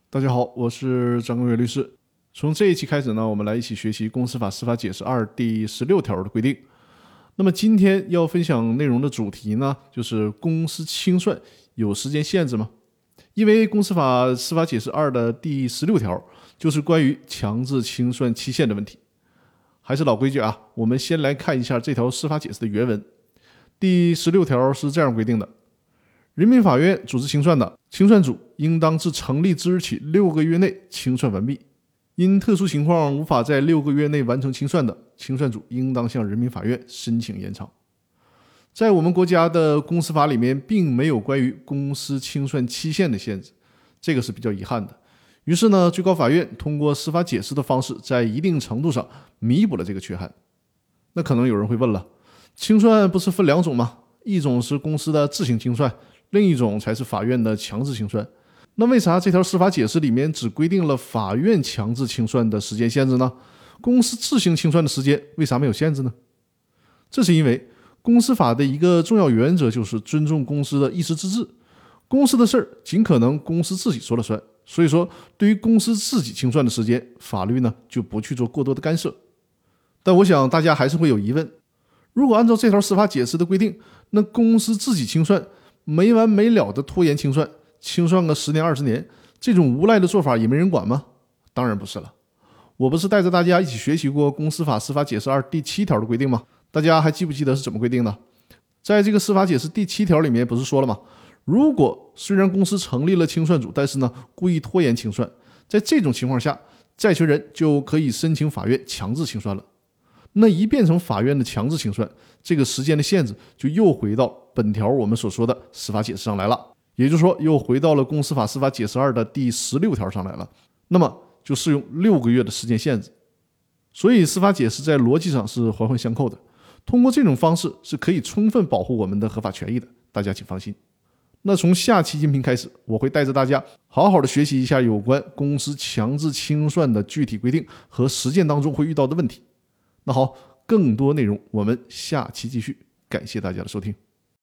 大家好，我是张根源律师。从这一期开始呢，我们来一起学习《公司法司法解释2》第16条的规定。那么今天要分享内容的主题呢，就是公司清算有时间限制吗？因为《公司法司法解释2》的第16条就是关于强制清算期限的问题。还是老规矩啊，我们先来看一下这条司法解释的原文。第16条是这样规定的：人民法院组织清算的，清算组应当自成立之日起6个月内清算完毕。因特殊情况无法在6个月内完成清算的，清算组应当向人民法院申请延长。在我们国家的公司法里面，并没有关于公司清算期限的限制，这个是比较遗憾的。于是呢，最高法院通过司法解释的方式，在一定程度上弥补了这个缺憾。那可能有人会问了，清算不是分两种吗？一种是公司的自行清算，另一种才是法院的强制清算。那为啥这条司法解释里面只规定了法院强制清算的时间限制呢？公司自行清算的时间为啥没有限制呢？这是因为公司法的一个重要原则就是尊重公司的意思自治，公司的事儿尽可能公司自己说了算。所以说，对于公司自己清算的时间，法律呢就不去做过多的干涉。但我想大家还是会有疑问，如果按照这条司法解释的规定，那公司自己清算没完没了的拖延清算，清算个10年20年，这种无赖的做法也没人管吗？当然不是了。我不是带着大家一起学习过《公司法司法解释2》第7条的规定吗？大家还记不记得是怎么规定的？在这个司法解释第7条里面不是说了吗？如果虽然公司成立了清算组，但是呢故意拖延清算，在这种情况下，债权人就可以申请法院强制清算了。那一变成法院的强制清算，这个时间的限制就又回到本条我们所说的司法解释上来了，也就是说又回到了公司法司法解释2的第16条上来了，那么就适用6个月的时间限制。所以司法解释在逻辑上是环环相扣的，通过这种方式是可以充分保护我们的合法权益的，大家请放心。那从下期音频开始，我会带着大家好好的学习一下有关公司强制清算的具体规定和实践当中会遇到的问题。那好，更多内容我们下期继续，感谢大家的收听。